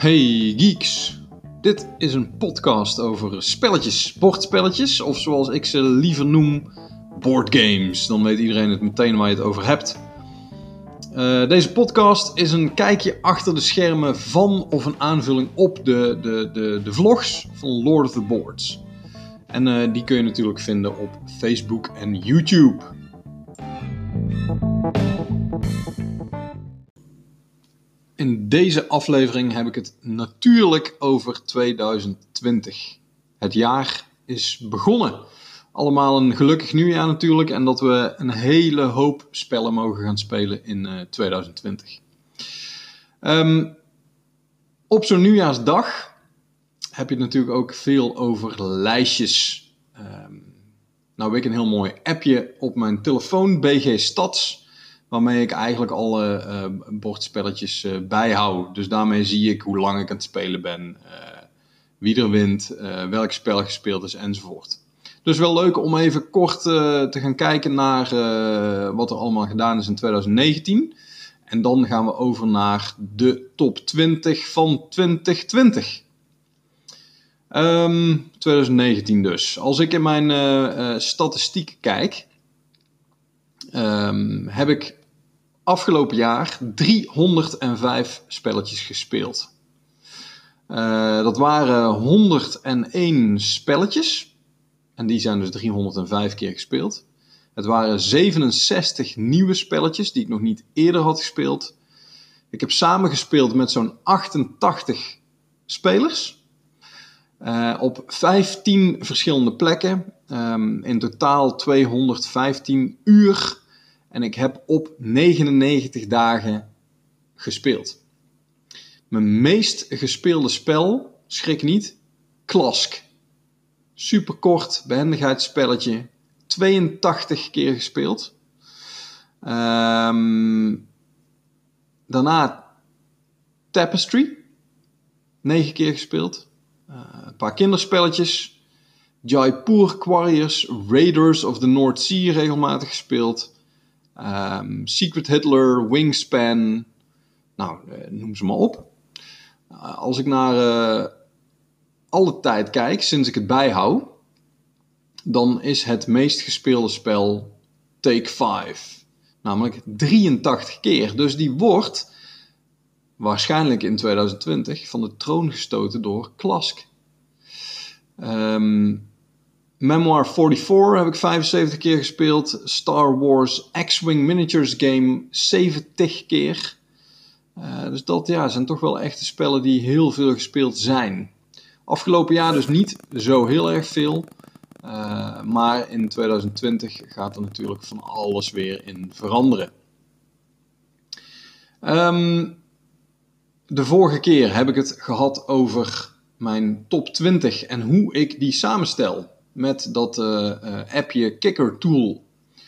Hey geeks, dit is een podcast over spelletjes, bordspelletjes of zoals ik ze liever noem, boardgames. Dan weet iedereen het meteen waar je het over hebt. Deze podcast is een kijkje achter de schermen van of een aanvulling op de vlogs van Lord of the Boards. En die kun je natuurlijk vinden op Facebook en YouTube. In deze aflevering heb ik het natuurlijk over 2020. Het jaar is begonnen. Allemaal een gelukkig nieuwjaar natuurlijk en dat we een hele hoop spellen mogen gaan spelen in 2020. Op zo'n nieuwjaarsdag heb je het natuurlijk ook veel over lijstjes. Nou heb ik een heel mooi appje op mijn telefoon, BG Stads, waarmee ik eigenlijk alle bordspelletjes bijhoud. Dus daarmee zie ik hoe lang ik aan het spelen ben, wie er wint, welk spel gespeeld is enzovoort. Dus wel leuk om even kort te gaan kijken naar wat er allemaal gedaan is in 2019. En dan gaan we over naar de top 20 van 2020. 2019 dus. Als ik in mijn statistiek kijk, heb ik afgelopen jaar 305 spelletjes gespeeld. Dat waren 101 spelletjes. En die zijn dus 305 keer gespeeld. Het waren 67 nieuwe spelletjes die ik nog niet eerder had gespeeld. Ik heb samengespeeld met zo'n 88 spelers. Op 15 verschillende plekken. In totaal 215 uur. En ik heb op 99 dagen gespeeld. Mijn meest gespeelde spel, schrik niet, Klask. Superkort behendigheidsspelletje. 82 keer gespeeld. Daarna Tapestry. 9 keer gespeeld. Een paar kinderspelletjes. Jaipur Warriors, Raiders of the North Sea regelmatig gespeeld. Secret Hitler, Wingspan. Nou, noem ze maar op. Als ik naar alle tijd kijk, sinds ik het bijhoud, dan is het meest gespeelde spel Take 5. Namelijk 83 keer. Dus die wordt waarschijnlijk in 2020 van de troon gestoten door Klask. Memoir 44 heb ik 75 keer gespeeld. Star Wars X-Wing Miniatures Game 70 keer. Dus dat zijn toch wel echte spellen die heel veel gespeeld zijn. Afgelopen jaar dus niet zo heel erg veel. Maar in 2020 gaat er natuurlijk van alles weer in veranderen. De vorige keer heb ik het gehad over mijn top 20 en hoe ik die samenstel met dat appje Kicker Tool.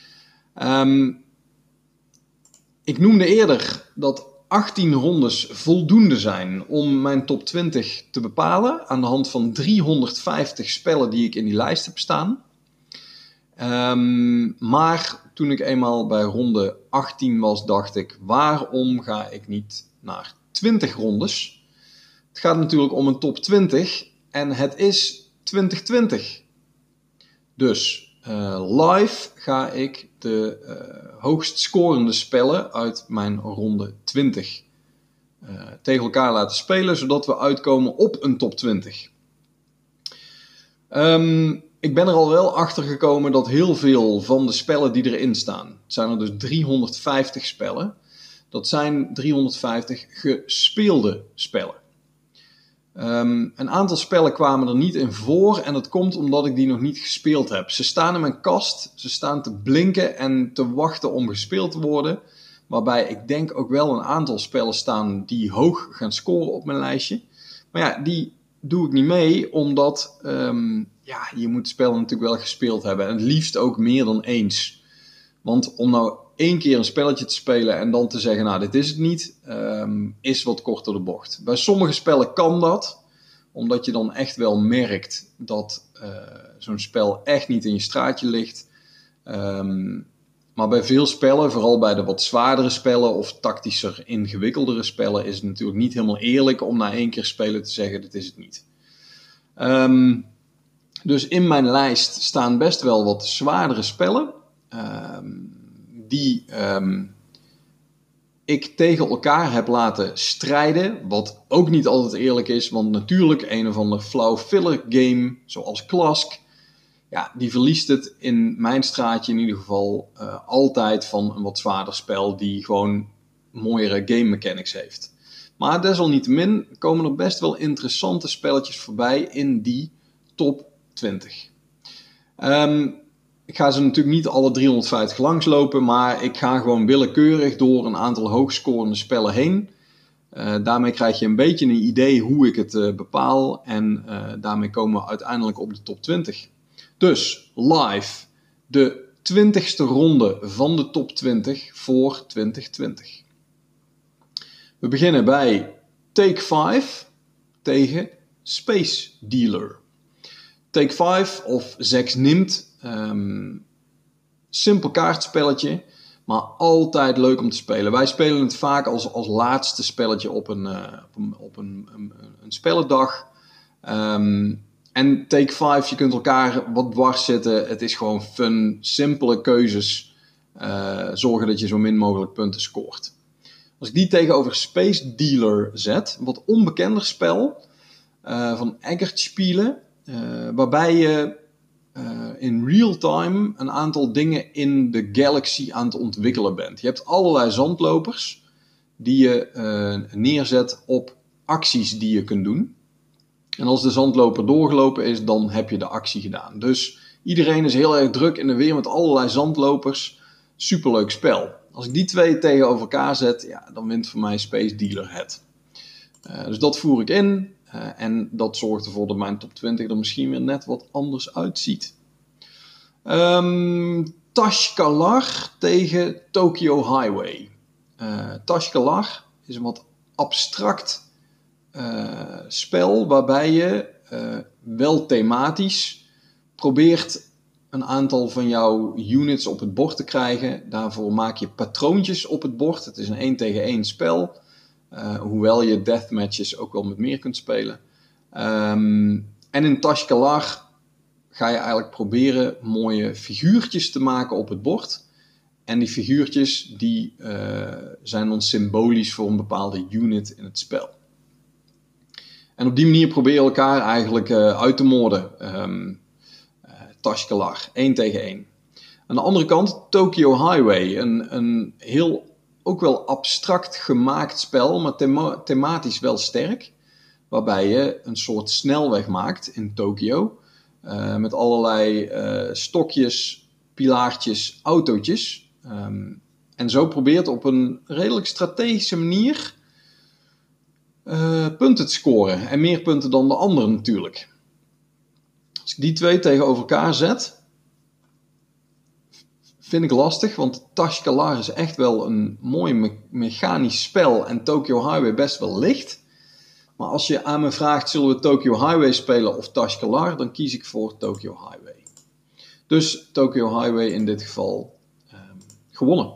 Ik noemde eerder dat 18 rondes voldoende zijn om mijn top 20 te bepalen aan de hand van 350 spellen die ik in die lijst heb staan. Maar toen ik eenmaal bij ronde 18 was, dacht ik, waarom ga ik niet naar 20 rondes? Het gaat natuurlijk om een top 20 en het is 2020. Dus live ga ik de hoogst scorende spellen uit mijn ronde 20 tegen elkaar laten spelen, zodat we uitkomen op een top 20. Ik ben er al wel achter gekomen dat heel veel van de spellen die erin staan, het zijn er dus 350 spellen, dat zijn 350 gespeelde spellen. Een aantal spellen kwamen er niet in voor en dat komt omdat ik die nog niet gespeeld heb. Ze staan in mijn kast, ze staan te blinken en te wachten om gespeeld te worden. Waarbij ik denk ook wel een aantal spellen staan die hoog gaan scoren op mijn lijstje. Maar ja, die doe ik niet mee omdat je moet spellen natuurlijk wel gespeeld hebben. En het liefst ook meer dan eens. Want om nou 1 keer een spelletje te spelen en dan te zeggen, nou dit is het niet, is wat korter de bocht. Bij sommige spellen kan dat, omdat je dan echt wel merkt dat zo'n spel echt niet in je straatje ligt. Maar bij veel spellen, vooral bij de wat zwaardere spellen of tactischer ingewikkeldere spellen, is het natuurlijk niet helemaal eerlijk om na 1 keer spelen te zeggen, dit is het niet. Dus in mijn lijst staan best wel wat zwaardere spellen, die ik tegen elkaar heb laten strijden, wat ook niet altijd eerlijk is, want natuurlijk een of ander flauw filler game, zoals Klask, ja, die verliest het in mijn straatje in ieder geval altijd van een wat zwaarder spel die gewoon mooiere game mechanics heeft. Maar desalniettemin komen er best wel interessante spelletjes voorbij in die top 20. Ik ga ze natuurlijk niet alle 350 langslopen, maar ik ga gewoon willekeurig door een aantal hoogscorende spellen heen. Daarmee krijg je een beetje een idee hoe ik het bepaal en daarmee komen we uiteindelijk op de top 20. Dus live de 20ste ronde van de top 20 voor 2020. We beginnen bij Take 5 tegen Space Dealer. Take 5 of Sechs Nimmt. Simpel kaartspelletje, maar altijd leuk om te spelen. Wij spelen het vaak als laatste spelletje op een spellendag. En Take 5, je kunt elkaar wat dwars zitten. Het is gewoon fun, simpele keuzes. Zorgen dat je zo min mogelijk punten scoort. Als ik die tegenover Space Dealer zet, een wat onbekender spel van Eggertspiele, waarbij je in real time een aantal dingen in de galaxy aan het ontwikkelen bent. Je hebt allerlei zandlopers die je neerzet op acties die je kunt doen. En als de zandloper doorgelopen is, dan heb je de actie gedaan. Dus iedereen is heel erg druk in de weer met allerlei zandlopers. Superleuk spel. Als ik die twee tegenover elkaar zet, ja, dan wint voor mij Space Dealer het. Dus dat voer ik in. En dat zorgt ervoor dat mijn top 20 er misschien weer net wat anders uitziet. Tashkalar tegen Tokyo Highway. Tashkalar is een wat abstract spel waarbij je wel thematisch probeert een aantal van jouw units op het bord te krijgen. Daarvoor maak je patroontjes op het bord. Het is een 1 tegen 1 spel. Hoewel je deathmatches ook wel met meer kunt spelen. En in Tashkalar ga je eigenlijk proberen mooie figuurtjes te maken op het bord. En die figuurtjes die zijn dan symbolisch voor een bepaalde unit in het spel. En op die manier probeer je elkaar eigenlijk uit te moorden. Tashkalar, 1 tegen 1. Aan de andere kant Tokyo Highway, een heel ook wel abstract gemaakt spel, maar thematisch wel sterk. Waarbij je een soort snelweg maakt in Tokio. Met allerlei stokjes, pilaartjes, autootjes. En zo probeert op een redelijk strategische manier punten te scoren. En meer punten dan de anderen natuurlijk. Als ik die twee tegenover elkaar zet, vind ik lastig, want Tashkalar is echt wel een mooi mechanisch spel en Tokyo Highway best wel licht. Maar als je aan me vraagt, zullen we Tokyo Highway spelen of Tashkalar, dan kies ik voor Tokyo Highway. Dus Tokyo Highway in dit geval gewonnen.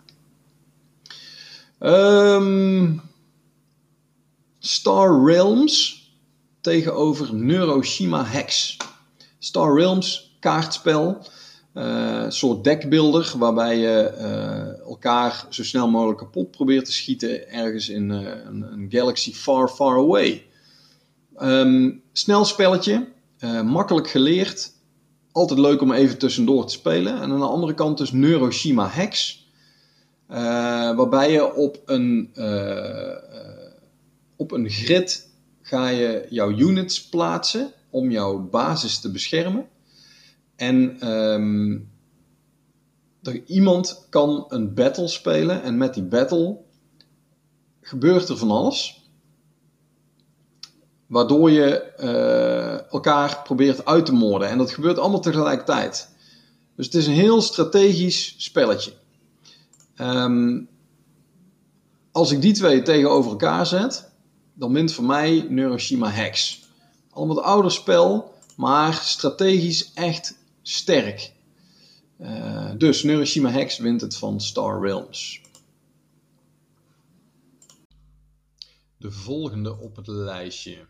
Star Realms tegenover Neuroshima Hex. Star Realms, kaartspel. Een soort deckbuilder waarbij je elkaar zo snel mogelijk kapot probeert te schieten ergens in een galaxy far, far away. Snel spelletje, makkelijk geleerd, altijd leuk om even tussendoor te spelen. En aan de andere kant dus Neuroshima Hex, waarbij je op een grid ga je jouw units plaatsen om jouw basis te beschermen. En iemand kan een battle spelen en met die battle gebeurt er van alles. Waardoor je elkaar probeert uit te moorden. En dat gebeurt allemaal tegelijkertijd. Dus het is een heel strategisch spelletje. Als ik die twee tegenover elkaar zet, dan wint voor mij Neuroshima Hex. Allemaal wat ouder spel, maar strategisch echt sterk. Dus Neuroshima Hex wint het van Star Realms. De volgende op het lijstje.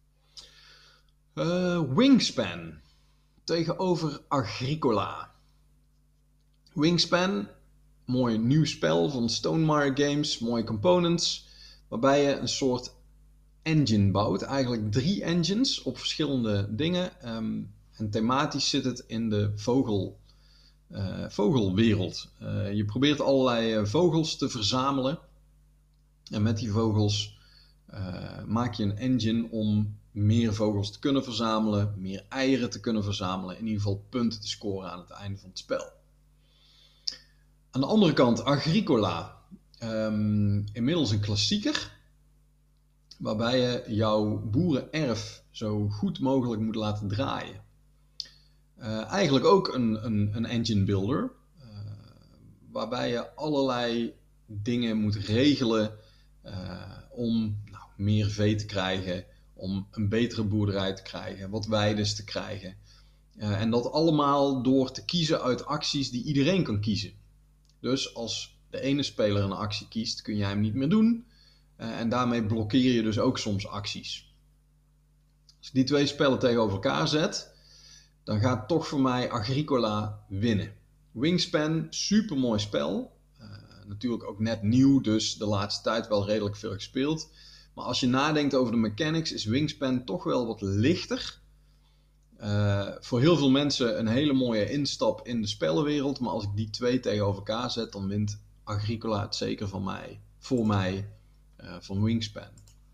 Wingspan tegenover Agricola. Wingspan, mooi nieuw spel van Stonemaier Games, mooie components, waarbij je een soort engine bouwt. Eigenlijk 3 engines op verschillende dingen. En thematisch zit het in de vogelwereld. Je probeert allerlei vogels te verzamelen. En met die vogels maak je een engine om meer vogels te kunnen verzamelen, meer eieren te kunnen verzamelen, in ieder geval punten te scoren aan het einde van het spel. Aan de andere kant Agricola, inmiddels een klassieker, waarbij je jouw boerenerf zo goed mogelijk moet laten draaien. Eigenlijk ook een engine builder, waarbij je allerlei dingen moet regelen om meer vee te krijgen, om een betere boerderij te krijgen, wat weides te krijgen. En dat allemaal door te kiezen uit acties die iedereen kan kiezen. Dus als de ene speler een actie kiest, kun jij hem niet meer doen. En daarmee blokkeer je dus ook soms acties. Als ik die 2 spellen tegenover elkaar zet, dan gaat toch voor mij Agricola winnen. Wingspan, supermooi spel. Natuurlijk ook net nieuw, dus de laatste tijd wel redelijk veel gespeeld. Maar als je nadenkt over de mechanics, is Wingspan toch wel wat lichter. Voor heel veel mensen een hele mooie instap in de spellenwereld. Maar als ik die 2 tegenover elkaar zet, dan wint Agricola het zeker voor mij van Wingspan.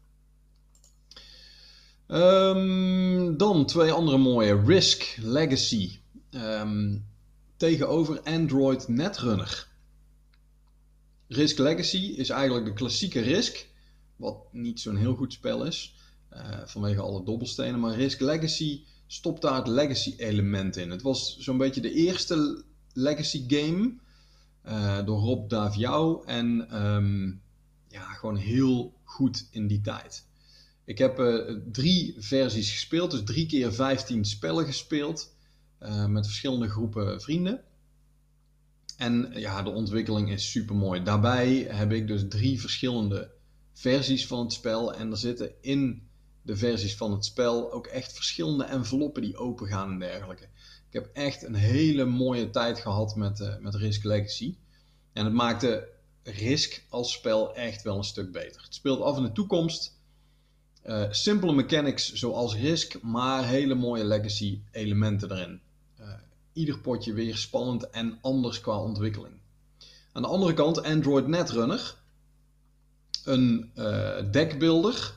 Dan 2 andere mooie. Risk Legacy tegenover Android Netrunner. Risk Legacy is eigenlijk de klassieke Risk, wat niet zo'n heel goed spel is, vanwege alle dobbelstenen. Maar Risk Legacy stopt daar het legacy element in. Het was zo'n beetje de eerste legacy game door Rob Daviau en gewoon heel goed in die tijd. Ik heb 3 versies gespeeld, dus 3 keer 15 spellen gespeeld met verschillende groepen vrienden. En ja, de ontwikkeling is super mooi. Daarbij heb ik dus 3 verschillende versies van het spel. En er zitten in de versies van het spel ook echt verschillende enveloppen die open gaan en dergelijke. Ik heb echt een hele mooie tijd gehad met Risk Legacy. En het maakte Risk als spel echt wel een stuk beter. Het speelt af in de toekomst. Simpele mechanics zoals Risk, maar hele mooie legacy elementen erin. Ieder potje weer spannend en anders qua ontwikkeling. Aan de andere kant Android Netrunner. Een deckbuilder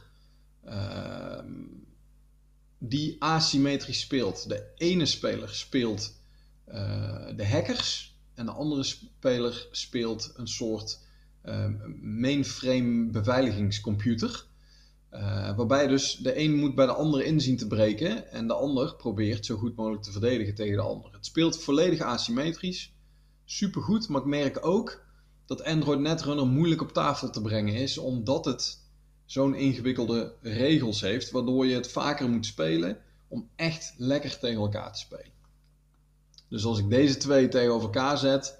die asymmetrisch speelt. De ene speler speelt de hackers en de andere speler speelt een soort mainframe beveiligingscomputer. Waarbij dus de een moet bij de ander inzien te breken en de ander probeert zo goed mogelijk te verdedigen tegen de ander. Het speelt volledig asymmetrisch, supergoed, maar ik merk ook dat Android Netrunner moeilijk op tafel te brengen is, omdat het zo'n ingewikkelde regels heeft, waardoor je het vaker moet spelen om echt lekker tegen elkaar te spelen. Dus als ik deze 2 tegenover elkaar zet,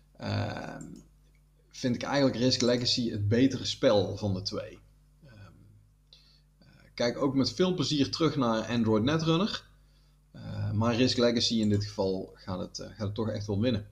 vind ik eigenlijk Risk Legacy het betere spel van de 2. Kijk ook met veel plezier terug naar Android Netrunner. Maar Risk Legacy in dit geval gaat het toch echt wel winnen.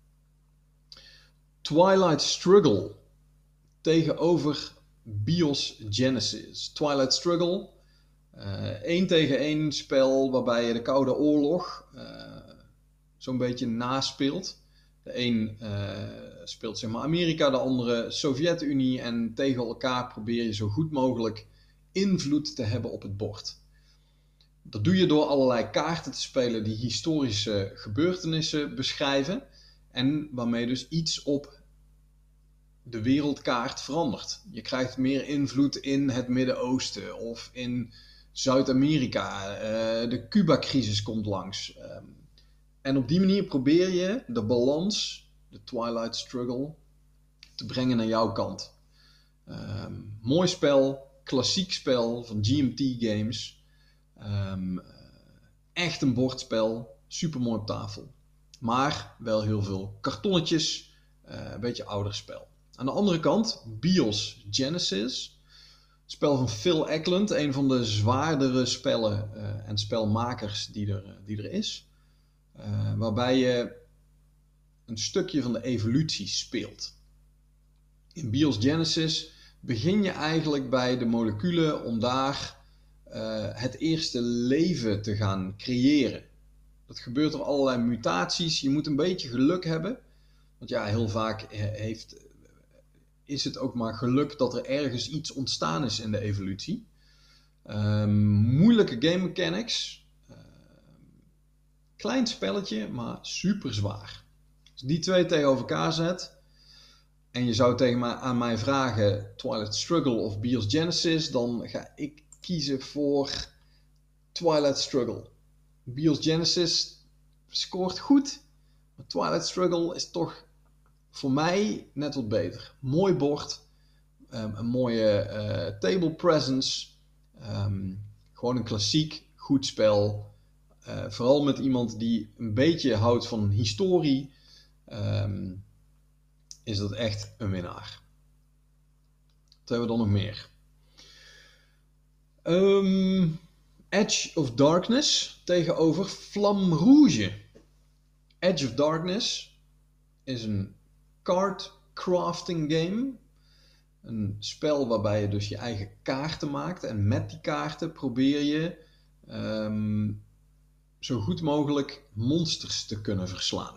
Twilight Struggle tegenover BIOS Genesis. Twilight Struggle, 1 tegen 1 spel waarbij je de Koude Oorlog zo'n beetje naspeelt. De een speelt zeg maar Amerika, de andere Sovjet-Unie en tegen elkaar probeer je zo goed mogelijk invloed te hebben op het bord. Dat doe je door allerlei kaarten te spelen die historische gebeurtenissen beschrijven en waarmee dus iets op de wereldkaart verandert. Je krijgt meer invloed in het Midden-Oosten of in Zuid-Amerika. De Cuba-crisis komt langs. En op die manier probeer je de balans, de Twilight Struggle, te brengen naar jouw kant. Mooi spel, klassiek spel van GMT Games. Echt een bordspel, super mooi op tafel. Maar wel heel veel kartonnetjes, een beetje ouder spel. Aan de andere kant BIOS Genesis. Spel van Phil Eklund, een van de zwaardere spellen en spelmakers die er is. Waarbij je een stukje van de evolutie speelt. In BIOS Genesis begin je eigenlijk bij de moleculen om daar het eerste leven te gaan creëren. Dat gebeurt door allerlei mutaties. Je moet een beetje geluk hebben. Want ja, heel vaak is het ook maar geluk dat er ergens iets ontstaan is in de evolutie. Moeilijke game mechanics. Klein spelletje, maar super zwaar. Als ik die twee tegenover elkaar zet en je zou aan mij vragen Twilight Struggle of BIOS Genesis, dan ga ik kiezen voor Twilight Struggle. BIOS Genesis scoort goed, maar Twilight Struggle is toch voor mij net wat beter. Mooi bord, een mooie table presence, gewoon een klassiek goed spel. Vooral met iemand die een beetje houdt van historie, is dat echt een winnaar. Wat hebben we dan nog meer? Edge of Darkness tegenover Flamme Rouge. Edge of Darkness is een card crafting game. Een spel waarbij je dus je eigen kaarten maakt. En met die kaarten probeer je zo goed mogelijk monsters te kunnen verslaan.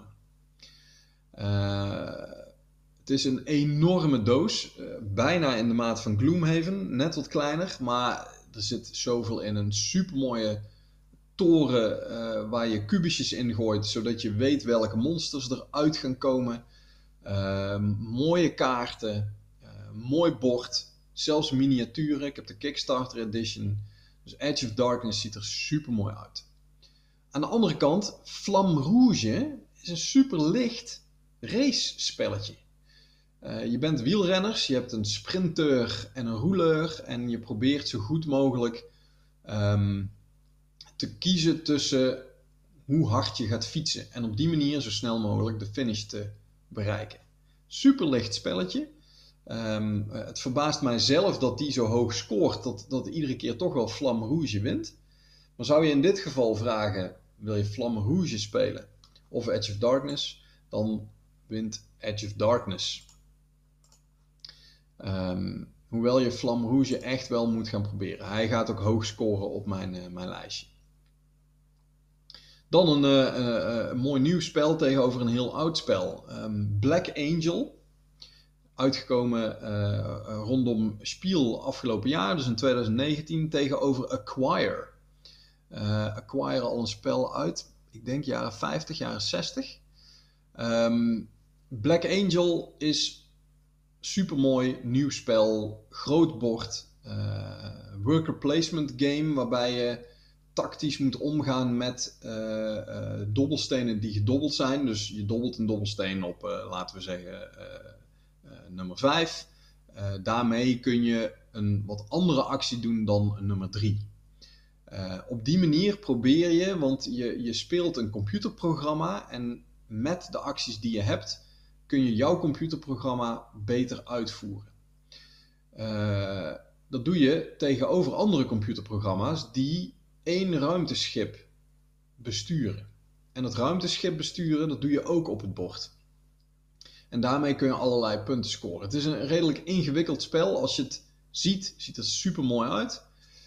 Het is een enorme doos. Bijna in de maat van Gloomhaven. Net wat kleiner. Maar er zit zoveel in. Een supermooie toren waar je kubusjes in gooit. Zodat je weet welke monsters eruit gaan komen. Mooie kaarten. Mooi bord. Zelfs miniaturen. Ik heb de Kickstarter edition. Dus Edge of Darkness ziet er super mooi uit. Aan de andere kant, Flamme Rouge is een super licht race spelletje. Je bent wielrenners, je hebt een sprinteur en een rouleur en je probeert zo goed mogelijk te kiezen tussen hoe hard je gaat fietsen. En op die manier zo snel mogelijk de finish te bereiken. Super licht spelletje. Het verbaast mij zelf dat die zo hoog scoort, dat iedere keer toch wel Flamme Rouge wint. Maar zou je in dit geval vragen, wil je Flamme Rouge spelen of Edge of Darkness, dan wint Edge of Darkness. Hoewel je Flamme Rouge echt wel moet gaan proberen. Hij gaat ook hoog scoren op mijn lijstje. Dan een mooi nieuw spel tegenover een heel oud spel. Black Angel. Uitgekomen rondom Spiel afgelopen jaar, dus in 2019, tegenover Acquire. Acquire al een spel uit, ik denk jaren 50, jaren 60. Black Angel is supermooi, nieuw spel, groot bord, worker placement game, waarbij je tactisch moet omgaan met dobbelstenen die gedobbeld zijn. Dus je dobbelt een dobbelsteen op, laten we zeggen, nummer 5. Daarmee kun je een wat andere actie doen dan een nummer 3. Op die manier probeer je, want je speelt een computerprogramma en met de acties die je hebt kun je jouw computerprogramma beter uitvoeren. Dat doe je tegenover andere computerprogramma's die één ruimteschip besturen. En dat ruimteschip besturen, dat doe je ook op het bord. En daarmee kun je allerlei punten scoren. Het is een redelijk ingewikkeld spel. Als je het ziet het er super mooi uit.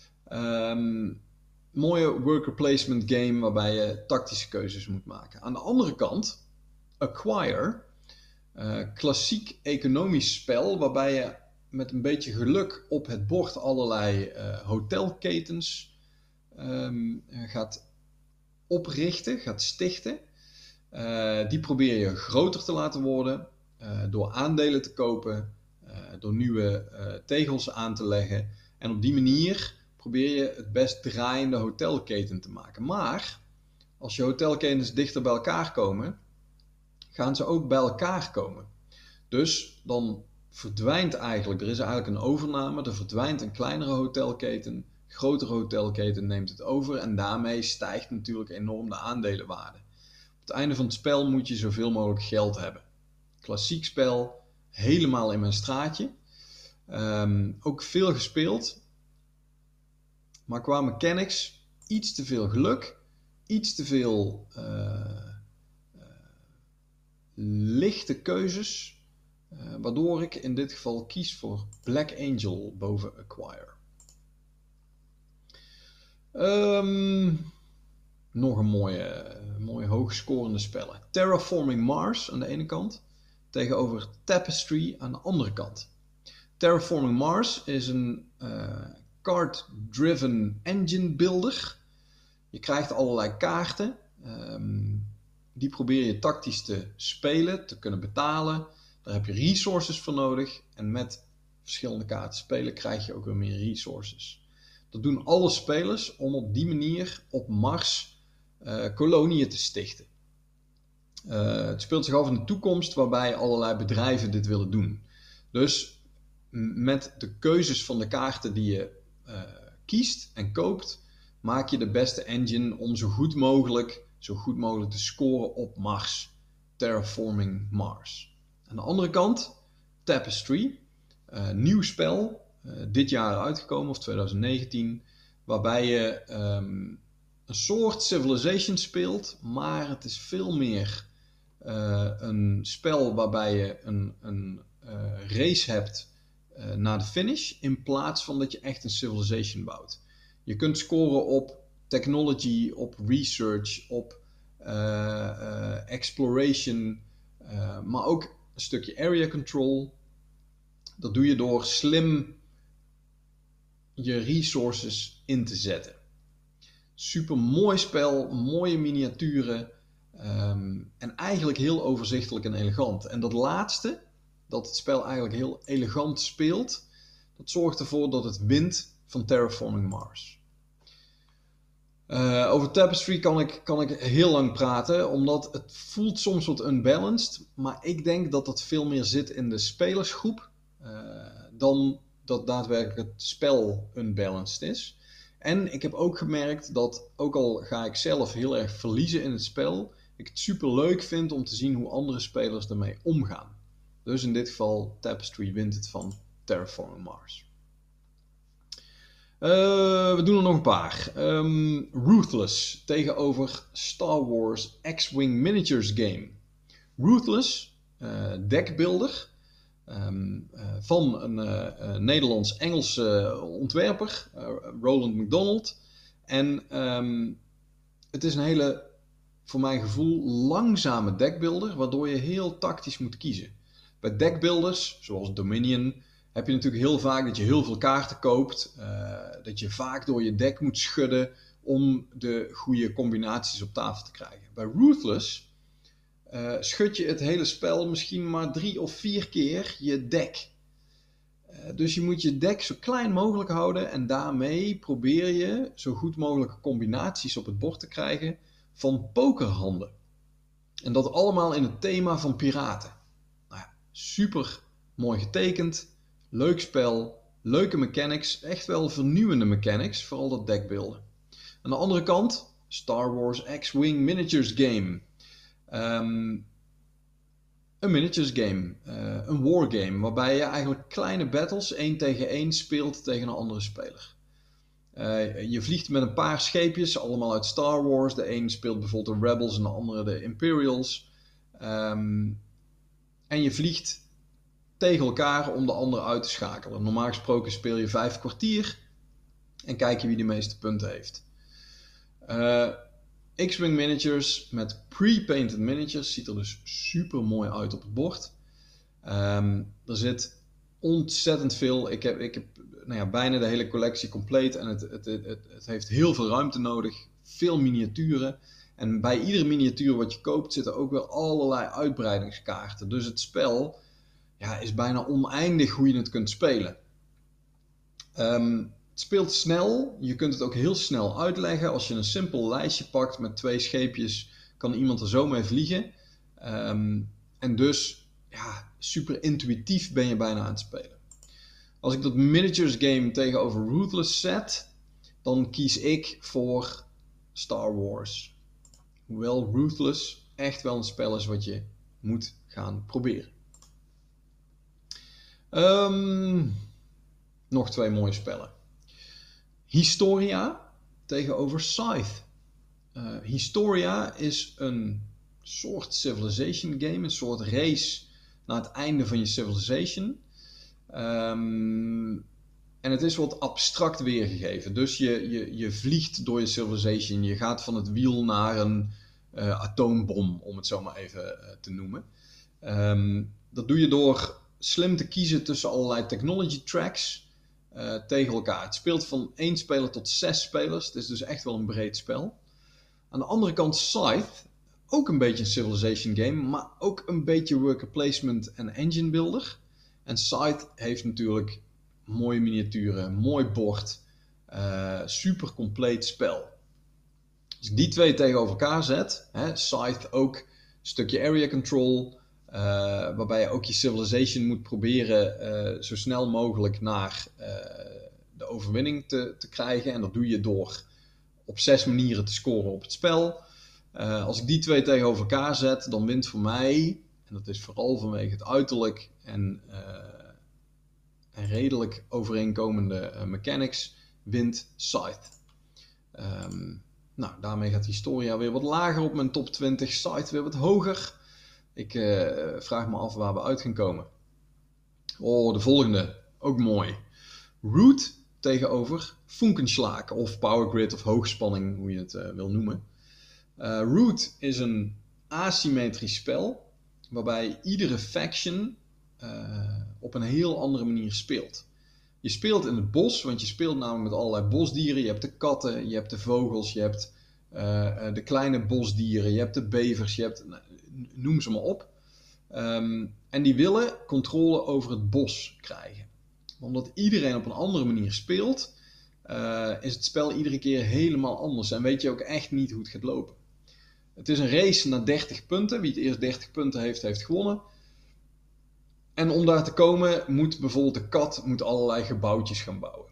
Mooie worker placement game waarbij je tactische keuzes moet maken. Aan de andere kant, Acquire, klassiek economisch spel waarbij je met een beetje geluk op het bord allerlei hotelketens gaat oprichten, gaat stichten. Die probeer je groter te laten worden door aandelen te kopen, door nieuwe tegels aan te leggen. En op die manier probeer je het best draaiende hotelketen te maken. Maar als je hotelketens dichter bij elkaar komen, gaan ze ook bij elkaar komen. Dus dan verdwijnt eigenlijk, er is eigenlijk een overname, er verdwijnt een kleinere hotelketen, grotere hotelketen neemt het over en daarmee stijgt natuurlijk enorm de aandelenwaarde. Op het einde van het spel moet je zoveel mogelijk geld hebben. Klassiek spel, helemaal in mijn straatje. Ook veel gespeeld. Maar qua mechanics, iets te veel geluk. Iets te veel lichte keuzes. Waardoor ik in dit geval kies voor Black Angel boven Acquire. Nog een mooie hoogscorende spellen. Terraforming Mars aan de ene kant. Tegenover Tapestry aan de andere kant. Terraforming Mars is een card-driven engine builder. Je krijgt allerlei kaarten. Die probeer je tactisch te spelen, te kunnen betalen. Daar heb je resources voor nodig. En met verschillende kaarten spelen krijg je ook weer meer resources. Dat doen alle spelers om op die manier op Mars koloniën te stichten. Het speelt zich af in de toekomst waarbij allerlei bedrijven dit willen doen. Dus met de keuzes van de kaarten die je kiest en koopt, maak je de beste engine om zo goed mogelijk te scoren op Mars. Terraforming Mars. Aan de andere kant, Tapestry. Nieuw spel, dit jaar uitgekomen, of 2019, waarbij je een soort Civilization speelt, maar het is veel meer een spel waarbij je een race hebt naar de finish, in plaats van dat je echt een Civilization bouwt. Je kunt scoren op technology, op research, op exploration, maar ook een stukje area control. Dat doe je door slim je resources in te zetten. Super mooi spel, mooie miniaturen en eigenlijk heel overzichtelijk en elegant. En dat laatste, dat het spel eigenlijk heel elegant speelt, dat zorgt ervoor dat het wint van Terraforming Mars. Over Tapestry kan ik heel lang praten, omdat het voelt soms wat unbalanced. Maar ik denk dat dat veel meer zit in de spelersgroep dan dat daadwerkelijk het spel unbalanced is. En ik heb ook gemerkt dat, ook al ga ik zelf heel erg verliezen in het spel, ik het super leuk vind om te zien hoe andere spelers ermee omgaan. Dus in dit geval Tapestry wint het van Terraforming Mars. We doen er nog een paar. Ruthless tegenover Star Wars X-Wing Miniatures Game. Ruthless, deckbuilder van een Nederlands-Engelse ontwerper, Roland McDonald. En het is een hele, voor mijn gevoel, langzame deckbuilder, waardoor je heel tactisch moet kiezen. Bij deckbuilders, zoals Dominion, heb je natuurlijk heel vaak dat je heel veel kaarten koopt. Dat je vaak door je deck moet schudden om de goede combinaties op tafel te krijgen. Bij Ruthless schud je het hele spel misschien maar 3 of 4 keer je deck. Dus je moet je deck zo klein mogelijk houden en daarmee probeer je zo goed mogelijke combinaties op het bord te krijgen van pokerhanden. En dat allemaal in het thema van piraten. Nou ja, super mooi getekend. Leuk spel, leuke mechanics, echt wel vernieuwende mechanics, vooral dat deckbeelden. Aan de andere kant, Star Wars X-Wing Miniatures Game. Een miniatures game, een wargame, waarbij je eigenlijk kleine battles 1 tegen 1 speelt tegen een andere speler. Je vliegt met een paar scheepjes, allemaal uit Star Wars. De een speelt bijvoorbeeld de Rebels en de andere de Imperials. En je vliegt tegen elkaar om de ander uit te schakelen. Normaal gesproken speel je 5 kwartier en kijk je wie de meeste punten heeft. X-Wing Miniatures met pre-painted miniatures ziet er dus super mooi uit op het bord. Er zit ontzettend veel. Ik heb bijna de hele collectie compleet en het heeft heel veel ruimte nodig. Veel miniaturen. En bij iedere miniatuur wat je koopt zitten ook weer allerlei uitbreidingskaarten. Dus het spel is bijna oneindig hoe je het kunt spelen. Het speelt snel. Je kunt het ook heel snel uitleggen. Als je een simpel lijstje pakt met 2 scheepjes, kan iemand er zo mee vliegen. En dus, super intuïtief ben je bijna aan het spelen. Als ik dat miniatures game tegenover Ruthless zet, dan kies ik voor Star Wars. Hoewel Ruthless echt wel een spel is wat je moet gaan proberen. Nog 2 mooie spellen. Historia tegenover Scythe. Historia is een soort Civilization game, een soort race naar het einde van je Civilization. En het is wat abstract weergegeven. Dus je vliegt door je Civilization, je gaat van het wiel naar een atoombom, om het zo maar even te noemen. Dat doe je door slim te kiezen tussen allerlei technology tracks tegen elkaar. Het speelt van 1 speler tot 6 spelers. Het is dus echt wel een breed spel. Aan de andere kant Scythe, ook een beetje een Civilization game, maar ook een beetje worker placement en engine builder. En Scythe heeft natuurlijk mooie miniaturen, mooi bord, super compleet spel. Als ik die 2 tegenover elkaar zet, Scythe ook een stukje area control, waarbij je ook je Civilization moet proberen zo snel mogelijk naar de overwinning te krijgen. En dat doe je door op 6 manieren te scoren op het spel. Als ik die 2 tegenover elkaar zet, dan wint voor mij, en dat is vooral vanwege het uiterlijk en redelijk overeenkomende mechanics, wint Scythe. Daarmee gaat Historia weer wat lager op mijn top 20, Scythe weer wat hoger. Ik vraag me af waar we uit gaan komen. Oh, de volgende, ook mooi. Root tegenover Funkenschlag of Power Grid of hoogspanning, hoe je het wil noemen. Root is een asymmetrisch spel waarbij iedere faction op een heel andere manier speelt. Je speelt in het bos, want je speelt namelijk met allerlei bosdieren. Je hebt de katten, je hebt de vogels, je hebt de kleine bosdieren, je hebt de bevers, je hebt, noem ze maar op. En die willen controle over het bos krijgen. Omdat iedereen op een andere manier speelt, is het spel iedere keer helemaal anders. En weet je ook echt niet hoe het gaat lopen. Het is een race naar 30 punten. Wie het eerst 30 punten heeft, heeft gewonnen. En om daar te komen moet bijvoorbeeld de kat allerlei gebouwtjes gaan bouwen.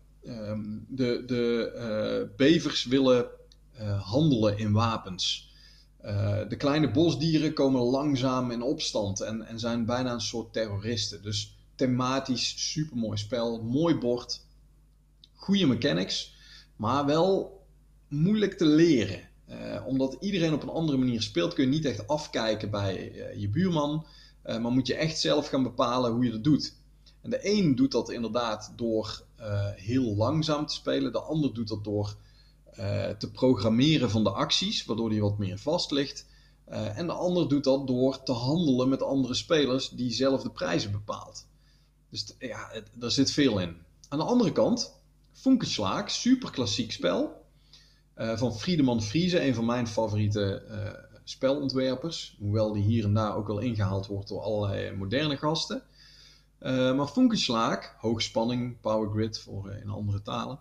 De bevers willen handelen in wapens. De kleine bosdieren komen langzaam in opstand en zijn bijna een soort terroristen. Dus thematisch supermooi spel, mooi bord, goede mechanics, maar wel moeilijk te leren. Omdat iedereen op een andere manier speelt, kun je niet echt afkijken bij je buurman. Maar moet je echt zelf gaan bepalen hoe je dat doet. En de een doet dat inderdaad door heel langzaam te spelen. De ander doet dat door te programmeren van de acties, waardoor die wat meer vast ligt. En de ander doet dat door te handelen met andere spelers die zelf de prijzen bepaalt. Dus daar zit veel in. Aan de andere kant, Funkenschlag, super klassiek spel. Van Friedemann Friese, een van mijn favoriete spelontwerpers. Hoewel die hier en daar ook wel ingehaald wordt door allerlei moderne gasten. Maar Funkenschlag, hoogspanning, power grid voor in andere talen.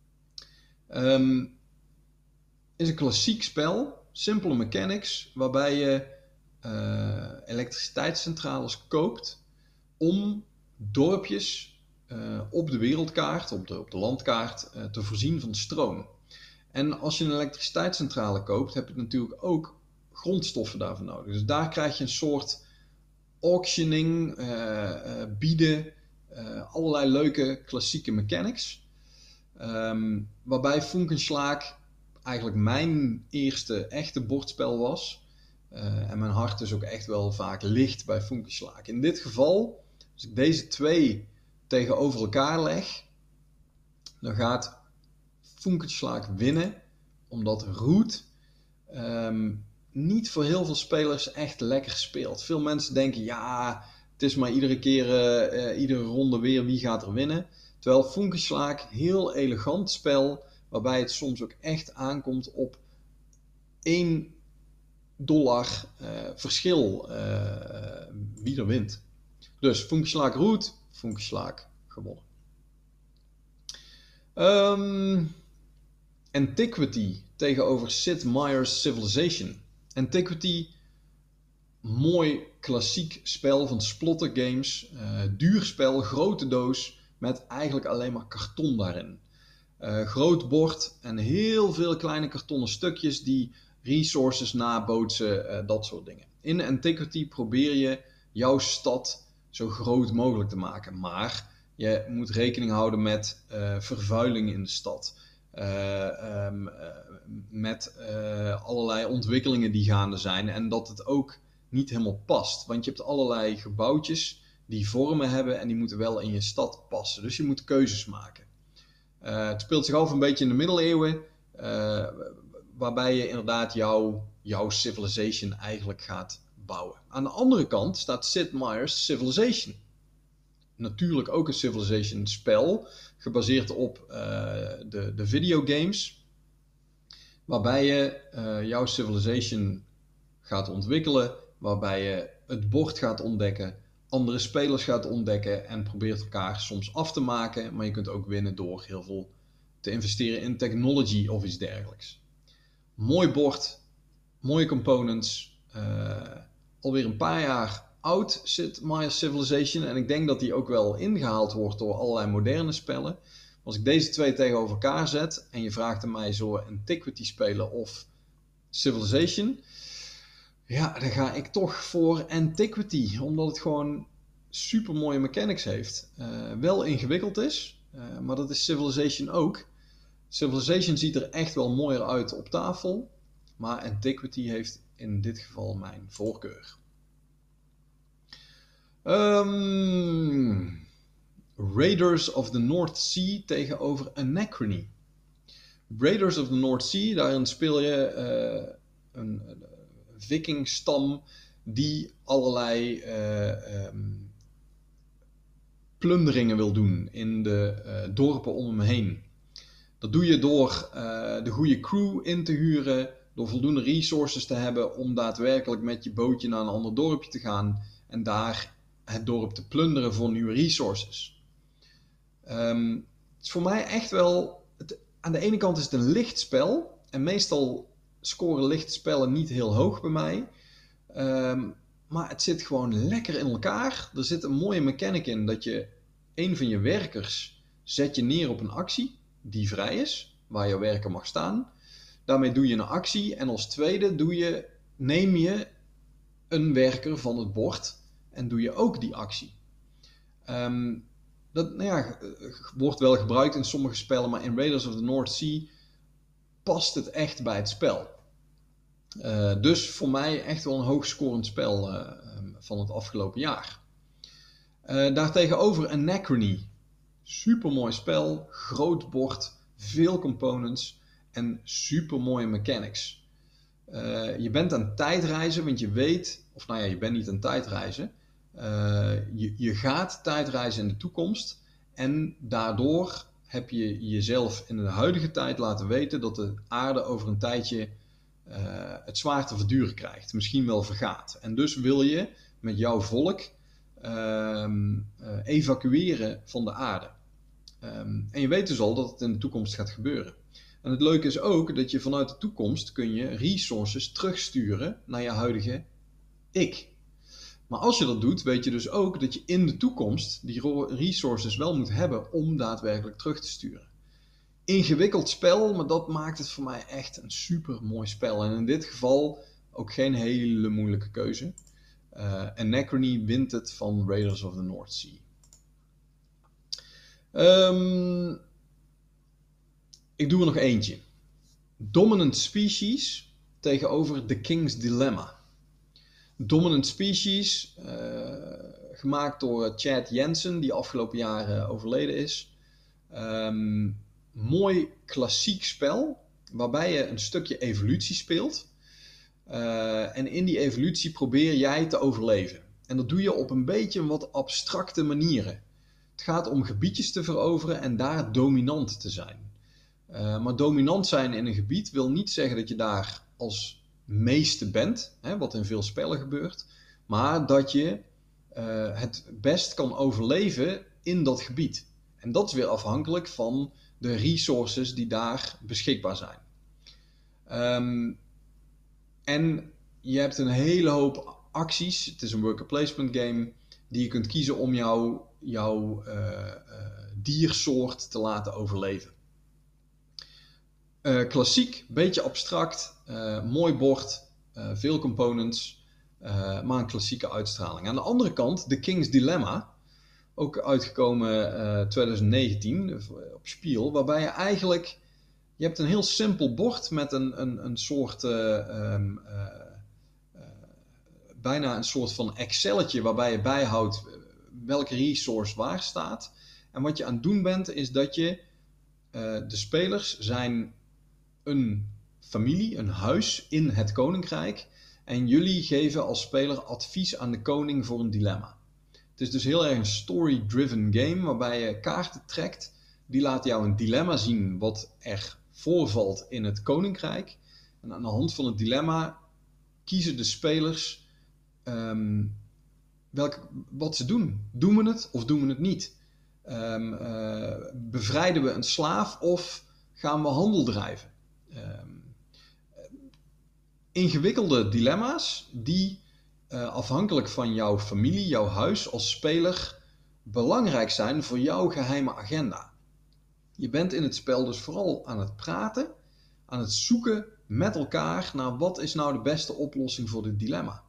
Is een klassiek spel, simpele mechanics, waarbij je elektriciteitscentrales koopt om dorpjes op de wereldkaart, op de landkaart, te voorzien van stroom. En als je een elektriciteitscentrale koopt, heb je natuurlijk ook grondstoffen daarvoor nodig. Dus daar krijg je een soort auctioning, bieden, allerlei leuke klassieke mechanics. Waarbij Funkenschlag eigenlijk mijn eerste echte bordspel was. En mijn hart dus ook echt wel vaak ligt bij Funkenschlag. In dit geval, als ik deze 2 tegenover elkaar leg, dan gaat Funkenschlag winnen, omdat Root niet voor heel veel spelers echt lekker speelt. Veel mensen denken, ja, het is maar iedere keer, iedere ronde weer wie gaat er winnen. Terwijl Funkenschlag, heel elegant spel, waarbij het soms ook echt aankomt op $1 verschil wie er wint. Dus Funkenschlag Root, Funkenschlag gewonnen. Antiquity tegenover Sid Meier's Civilization. Antiquity, mooi klassiek spel van Splotter Games. Duur spel, grote doos met eigenlijk alleen maar karton daarin. Groot bord en heel veel kleine kartonnen stukjes die resources nabootsen, dat soort dingen. In Antiquity probeer je jouw stad zo groot mogelijk te maken. Maar je moet rekening houden met vervuiling in de stad. Met allerlei ontwikkelingen die gaande zijn. En dat het ook niet helemaal past. Want je hebt allerlei gebouwtjes die vormen hebben en die moeten wel in je stad passen. Dus je moet keuzes maken. Het speelt zich af een beetje in de middeleeuwen. Waarbij je inderdaad jouw civilization eigenlijk gaat bouwen. Aan de andere kant staat Sid Meier's Civilization. Natuurlijk ook een Civilization spel, gebaseerd op de videogames. Waarbij je jouw Civilization gaat ontwikkelen, waarbij je het bord gaat ontdekken, andere spelers gaat ontdekken en probeert elkaar soms af te maken. Maar je kunt ook winnen door heel veel te investeren in technology of iets dergelijks. Mooi bord, mooie components. Alweer een paar jaar oud Sid Meier's Civilization. En ik denk dat die ook wel ingehaald wordt door allerlei moderne spellen. Als ik deze twee tegenover elkaar zet en je vraagt aan mij, zullen we Antiquity spelen of Civilization? Ja, dan ga ik toch voor Antiquity. Omdat het gewoon super mooie mechanics heeft. Wel ingewikkeld is, maar dat is Civilization ook. Civilization ziet er echt wel mooier uit op tafel. Maar Antiquity heeft in dit geval mijn voorkeur. Raiders of the North Sea tegenover Anachrony. Raiders of the North Sea, daarin speel je een vikingstam die allerlei plunderingen wil doen in de dorpen om hem heen. Dat doe je door de goede crew in te huren, door voldoende resources te hebben om daadwerkelijk met je bootje naar een ander dorpje te gaan en daar het dorp te plunderen voor nieuwe resources. Het is voor mij echt wel, aan de ene kant is het een licht spel en meestal scoren lichte spellen niet heel hoog bij mij. Maar het zit gewoon lekker in elkaar. Er zit een mooie mechanic in dat je een van je werkers zet je neer op een actie die vrij is, waar jouw werker mag staan. Daarmee doe je een actie en als tweede neem je een werker van het bord en doe je ook die actie. Dat wordt wel gebruikt in sommige spellen, maar in Raiders of the North Sea past het echt bij het spel. Dus voor mij echt wel een hoogscorend spel van het afgelopen jaar. Daartegenover Anachrony. Supermooi spel, groot bord, veel components en supermooie mechanics. Je bent aan het tijdreizen, want je weet, of nou ja, je bent niet aan het tijdreizen. Je gaat tijdreizen in de toekomst en daardoor heb je jezelf in de huidige tijd laten weten dat de aarde over een tijdje het zwaar te verduren krijgt, misschien wel vergaat. En dus wil je met jouw volk evacueren van de aarde. En je weet dus al dat het in de toekomst gaat gebeuren. En het leuke is ook dat je vanuit de toekomst kun je resources terugsturen naar je huidige ik. Maar als je dat doet, weet je dus ook dat je in de toekomst die resources wel moet hebben om daadwerkelijk terug te sturen. Ingewikkeld spel, maar dat maakt het voor mij echt een super mooi spel. En in dit geval ook geen hele moeilijke keuze. Anachrony wint het van Raiders of the North Sea. Ik doe er nog eentje. Dominant Species tegenover The King's Dilemma. Dominant Species, gemaakt door Chad Jensen, die afgelopen jaar overleden is. Mooi klassiek spel, waarbij je een stukje evolutie speelt. En in die evolutie probeer jij te overleven. En dat doe je op een beetje wat abstracte manieren. Het gaat om gebiedjes te veroveren en daar dominant te zijn. Maar dominant zijn in een gebied wil niet zeggen dat je daar als meeste bent, wat in veel spellen gebeurt. Maar dat je het best kan overleven in dat gebied. En dat is weer afhankelijk van de resources die daar beschikbaar zijn. En je hebt een hele hoop acties. Het is een worker placement game die je kunt kiezen om jouw diersoort te laten overleven. Klassiek, beetje abstract, Mooi bord, veel components, maar een klassieke uitstraling. Aan de andere kant The King's Dilemma, ook uitgekomen 2019 op Spiel, waarbij je eigenlijk... Je hebt een heel simpel bord met een soort... bijna een soort van Excelletje waarbij je bijhoudt welke resource waar staat. En wat je aan het doen bent, is dat je... de spelers zijn een familie, een huis in het koninkrijk. En jullie geven als speler advies aan de koning voor een dilemma. Het is dus heel erg een story-driven game waarbij je kaarten trekt. Die laten jou een dilemma zien wat er voorvalt in het koninkrijk. En aan de hand van het dilemma kiezen de spelers wat ze doen. Doen we het of doen we het niet? Bevrijden we een slaaf of gaan we handel drijven? Ingewikkelde dilemma's die afhankelijk van jouw familie, jouw huis als speler belangrijk zijn voor jouw geheime agenda. Je bent in het spel dus vooral aan het praten, aan het zoeken met elkaar naar wat is nou de beste oplossing voor dit dilemma.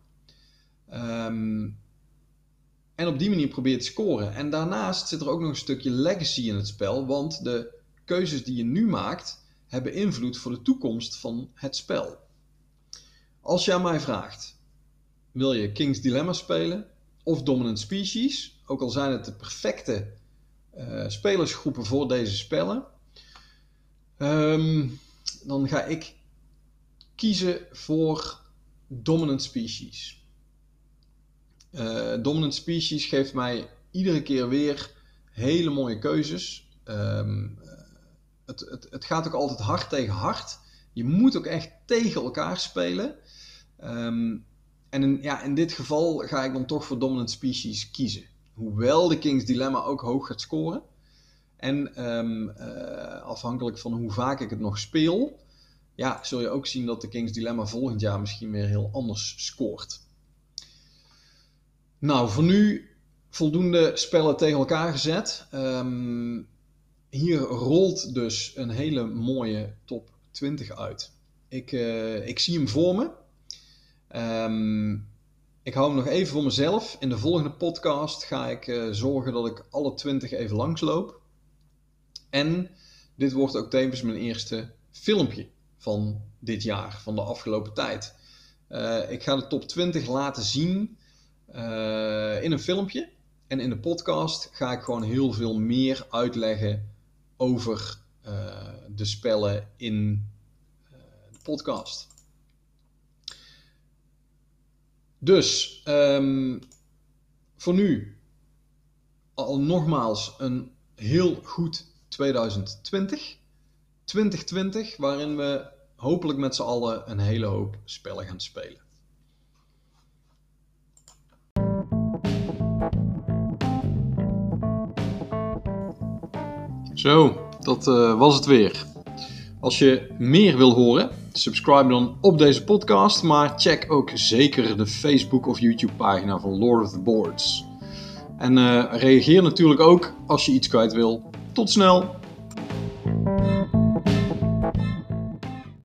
En op die manier probeer je te scoren. En daarnaast zit er ook nog een stukje legacy in het spel, want de keuzes die je nu maakt hebben invloed voor de toekomst van het spel. Als je aan mij vraagt, wil je King's Dilemma spelen of Dominant Species, ook al zijn het de perfecte spelersgroepen voor deze spellen, dan ga ik kiezen voor Dominant Species. Dominant Species geeft mij iedere keer weer hele mooie keuzes. Het gaat ook altijd hard tegen hard. Je moet ook echt tegen elkaar spelen. En in dit geval ga ik dan toch voor Dominant Species kiezen. Hoewel de King's Dilemma ook hoog gaat scoren. En afhankelijk van hoe vaak ik het nog speel, zul je ook zien dat de King's Dilemma volgend jaar misschien weer heel anders scoort. Nou, voor nu voldoende spellen tegen elkaar gezet. Hier rolt dus een hele mooie top 20 uit. Ik zie hem voor me. Ik hou hem nog even voor mezelf. In de volgende podcast ga ik zorgen dat ik alle 20 even langsloop. En dit wordt ook tevens mijn eerste filmpje van dit jaar, van de afgelopen tijd. Ik ga de top 20 laten zien in een filmpje. En in de podcast ga ik gewoon heel veel meer uitleggen over de spellen in de podcast. Dus voor nu al nogmaals een heel goed 2020, waarin we hopelijk met z'n allen een hele hoop spellen gaan spelen. Zo, dat was het weer. Als je meer wil horen, subscribe dan op deze podcast, maar check ook zeker de Facebook of YouTube pagina van Lord of the Boards. En reageer natuurlijk ook als je iets kwijt wil. Tot snel!